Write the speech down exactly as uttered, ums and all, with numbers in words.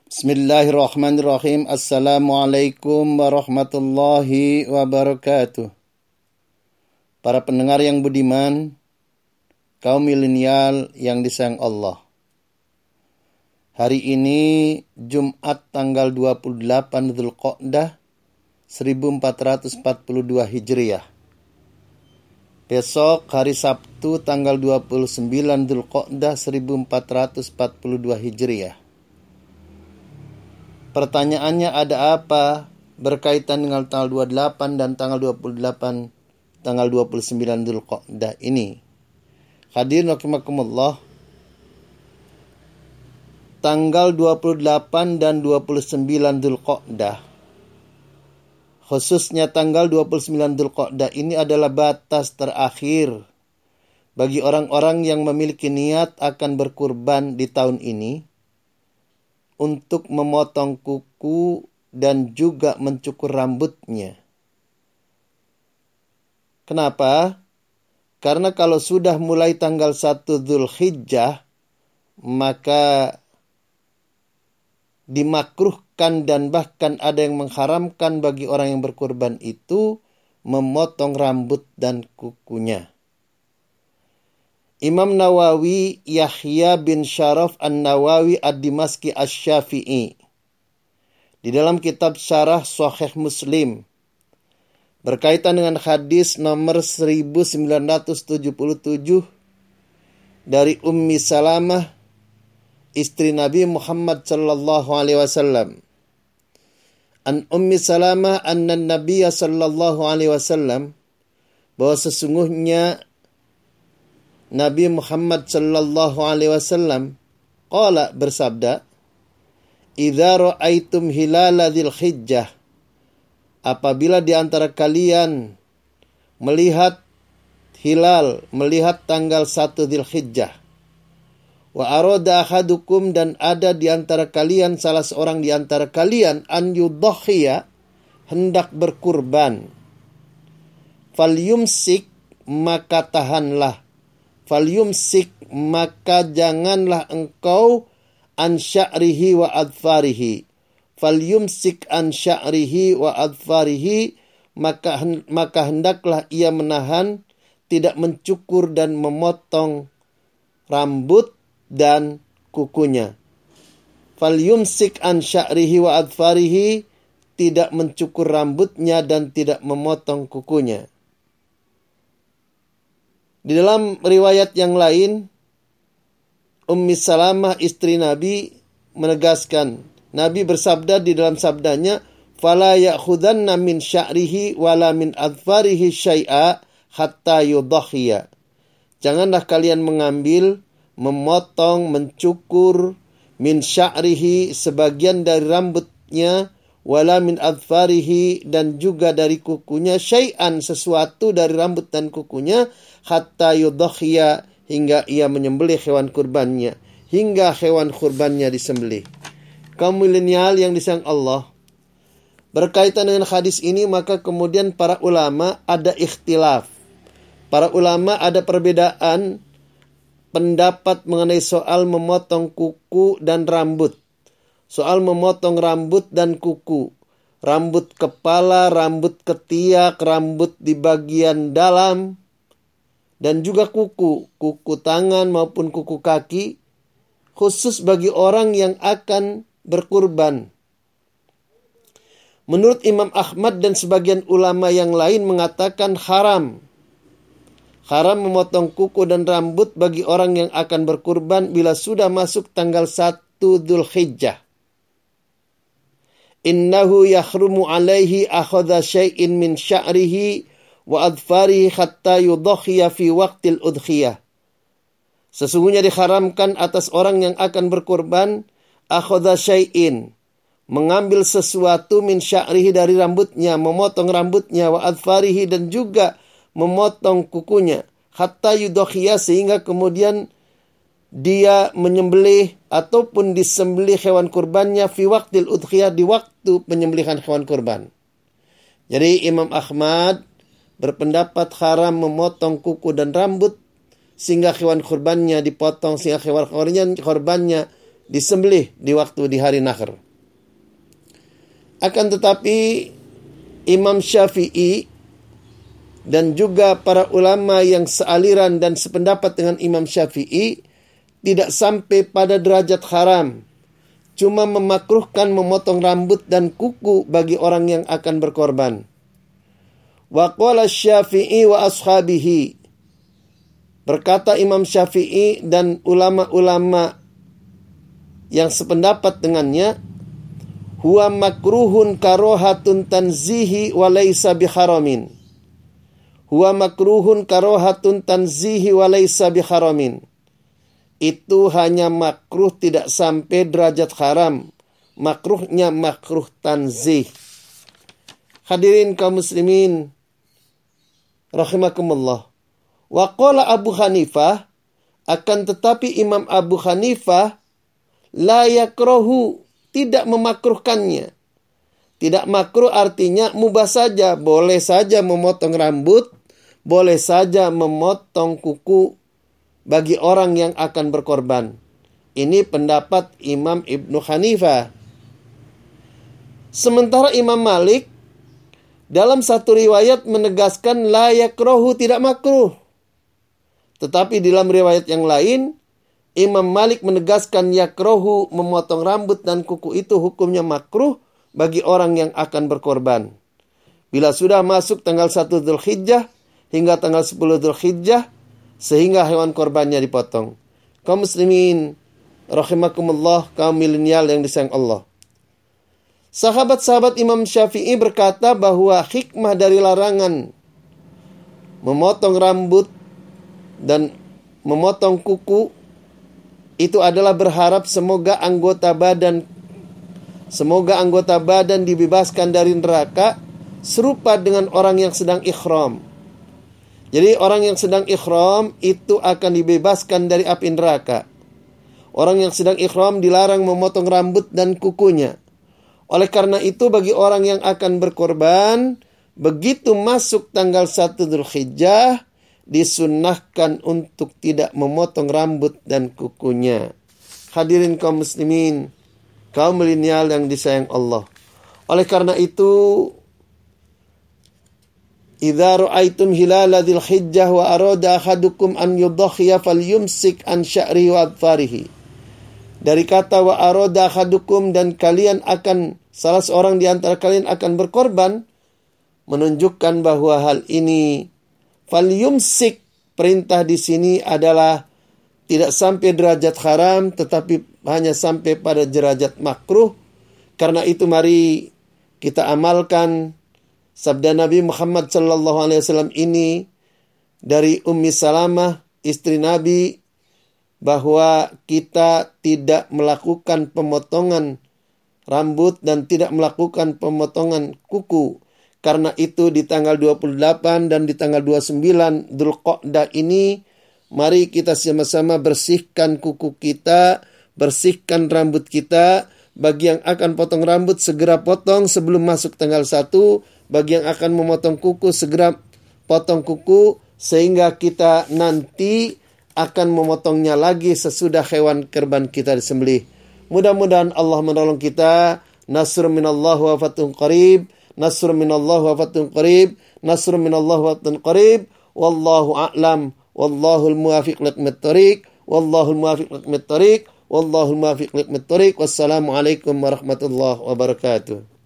Bismillahirrahmanirrahim. Assalamualaikum warahmatullahi wabarakatuh. Para pendengar yang budiman, kaum milenial yang disayang Allah. Hari ini Jumat tanggal dua puluh delapan Dzulqa'dah seribu empat ratus empat puluh dua Hijriah. Besok hari Sabtu tanggal dua puluh sembilan Dzulqa'dah seribu empat ratus empat puluh dua Hijriah. Pertanyaannya, ada apa berkaitan dengan tanggal dua puluh delapan dan tanggal dua puluh delapan tanggal dua puluh sembilan Dzulqa'dah ini? Hadirin rahimakumullah, tanggal dua puluh delapan dan dua puluh sembilan Dzulqa'dah, khususnya tanggal dua puluh sembilan Dzulqa'dah ini adalah batas terakhir bagi orang-orang yang memiliki niat akan berkurban di tahun ini untuk memotong kuku dan juga mencukur rambutnya. Kenapa? Karena kalau sudah mulai tanggal satu Dzulhijjah, maka dimakruhkan dan bahkan ada yang mengharamkan bagi orang yang berkurban itu memotong rambut dan kukunya. Imam Nawawi Yahya bin Syaraf An-Nawawi Ad-Dimashqi Asy-Syafi'i di dalam kitab Syarah Shahih Muslim berkaitan dengan hadis nomor seribu sembilan ratus tujuh puluh tujuh dari Ummi Salamah istri Nabi Muhammad sallallahu alaihi wasallam. An Ummi Salamah anna Nabiy sallallahu alaihi wasallam, bahwa sesungguhnya Nabi Muhammad sallallahu alaihi wasallam qala, bersabda, "Idza ra'aitum hilala Dzulhijjah," apabila di antara kalian melihat hilal, melihat tanggal satu Dzulhijjah, wa arada ahadukum, dan ada di antara kalian salah seorang di antara kalian an yudhiya, hendak berkurban, falyumsik, maka tahanlah, falyumsik, maka janganlah engkau an sya'rihi wa adfarihi, falyumsik an sya'rihi wa adfarihi, maka maka hendaklah ia menahan, tidak mencukur dan memotong rambut dan kukunya. Falyumsik an sya'rihi wa adfarihi, tidak mencukur rambutnya dan tidak memotong kukunya. Di dalam riwayat yang lain, Ummi Salamah istri Nabi menegaskan, Nabi bersabda di dalam sabdanya, "Fala ya'khudanna min sya'rihi wala min adfarihi syai'a hatta yudhiya." Janganlah kalian mengambil, memotong, mencukur min sya'rihi, sebagian dari rambutnya, wala min adfarihi, dan juga dari kukunya, syai'an, sesuatu dari rambut dan kukunya, hatta yudhiya, hingga ia menyembelih hewan kurbannya, hingga hewan kurbannya disembelih. Kaum milenial yang disayang Allah, berkaitan dengan hadis ini, maka kemudian para ulama ada ikhtilaf. Para ulama ada perbedaan pendapat mengenai soal memotong kuku dan rambut. Soal memotong rambut dan kuku, rambut kepala, rambut ketiak, rambut di bagian dalam, dan juga kuku, kuku tangan maupun kuku kaki, khusus bagi orang yang akan berkurban. Menurut Imam Ahmad dan sebagian ulama yang lain mengatakan haram. Haram memotong kuku dan rambut bagi orang yang akan berkurban bila sudah masuk tanggal satu Dzulhijjah. Innahu yakhrumu alaihi akhadha syai'in min sya'rihi wa adfarihi hatta yudhiya fi waqtil udhiyah. Sesungguhnya diharamkan atas orang yang akan berkurban akhadha syai'in, mengambil sesuatu min sya'rihi, dari rambutnya, memotong rambutnya, wa adfarihi, dan juga memotong kukunya, hatta yudhiya, sehingga kemudian dia menyembelih ataupun disembelih hewan kurbannya fi waqtil udhiyah, di waktu penyembelihan hewan kurban. Jadi Imam Ahmad berpendapat haram memotong kuku dan rambut sehingga hewan kurbannya dipotong, sehingga hewan kurbannya disembelih di waktu di hari Nahr. Akan tetapi Imam Syafi'i dan juga para ulama yang sealiran dan sependapat dengan Imam Syafi'i tidak sampai pada derajat haram, cuma memakruhkan memotong rambut dan kuku bagi orang yang akan berkorban. Wa qala Syafi'i wa ashabihi, berkata Imam Syafi'i dan ulama-ulama yang sependapat dengannya, huwa makruhun karohatun tanzihi wa laysa biharamin. Huwa makruhun karohatun tanzihi wa laysa biharamin. Itu hanya makruh, tidak sampai derajat haram. Makruhnya makruh tanzih. Hadirin kaum muslimin rahimakumullah. Wa qala Abu Hanifah, akan tetapi Imam Abu Hanifah la yakrahu, tidak memakruhkannya. Tidak makruh artinya mubah saja, boleh saja memotong rambut, boleh saja memotong kuku bagi orang yang akan berkorban. Ini pendapat Imam Ibnu Hanifah. Sementara Imam Malik dalam satu riwayat menegaskan la yakrahu, tidak makruh. Tetapi dalam riwayat yang lain Imam Malik menegaskan yakrahu, memotong rambut dan kuku itu hukumnya makruh bagi orang yang akan berkorban. Bila sudah masuk tanggal satu Dzulhijjah hingga tanggal sepuluh Dzulhijjah, sehingga hewan korbannya dipotong. Kaum muslimin rahimakumullah, kaum milenial yang disayang Allah. Sahabat-sahabat Imam Syafi'i berkata bahwa hikmah dari larangan memotong rambut dan memotong kuku itu adalah berharap semoga anggota badan semoga anggota badan dibebaskan dari neraka serupa dengan orang yang sedang ikhram. Jadi orang yang sedang ikhram itu akan dibebaskan dari api neraka. Orang yang sedang ikhram dilarang memotong rambut dan kukunya. Oleh karena itu bagi orang yang akan berkorban, begitu masuk tanggal satu Dzulhijjah, disunnahkan untuk tidak memotong rambut dan kukunya. Hadirin kaum muslimin, kaum milenial yang disayang Allah. Oleh karena itu, idza ra'aitum hilala dzulhijjah wa arada ahadukum an yudhiya falyumsik an sya'rihi wa adfarihi. Dari kata wa arada ahadukum, dan kalian akan, salah seorang di antara kalian akan berkorban, menunjukkan bahwa hal ini falyumsik, perintah di sini adalah tidak sampai derajat haram, tetapi hanya sampai pada derajat makruh. Karena itu mari kita amalkan sabda Nabi Muhammad sallallahu alaihi wasallam ini dari Ummi Salamah, istri Nabi, bahwa kita tidak melakukan pemotongan rambut dan tidak melakukan pemotongan kuku. Karena itu di tanggal dua puluh delapan dan di tanggal dua puluh sembilan Dzulqa'dah ini, mari kita sama-sama bersihkan kuku kita, bersihkan rambut kita. Bagi yang akan potong rambut, segera potong sebelum masuk tanggal satu. Bagi yang akan memotong kuku, segera potong kuku, sehingga kita nanti akan memotongnya lagi sesudah hewan kurban kita disembelih. Mudah-mudahan Allah menolong kita. Nasrun minallah wa fathun qarib. Nasrun minallah wa fathun qarib. Nasrun minallah wa fathun qarib. Wallahu a'lam. Wallahul muwafiq liqmit tariq. Wallahul muwafiq liqmit tariq. Wallahul muwafiq liqmit tariq. Wassalamualaikum warahmatullahi wabarakatuh.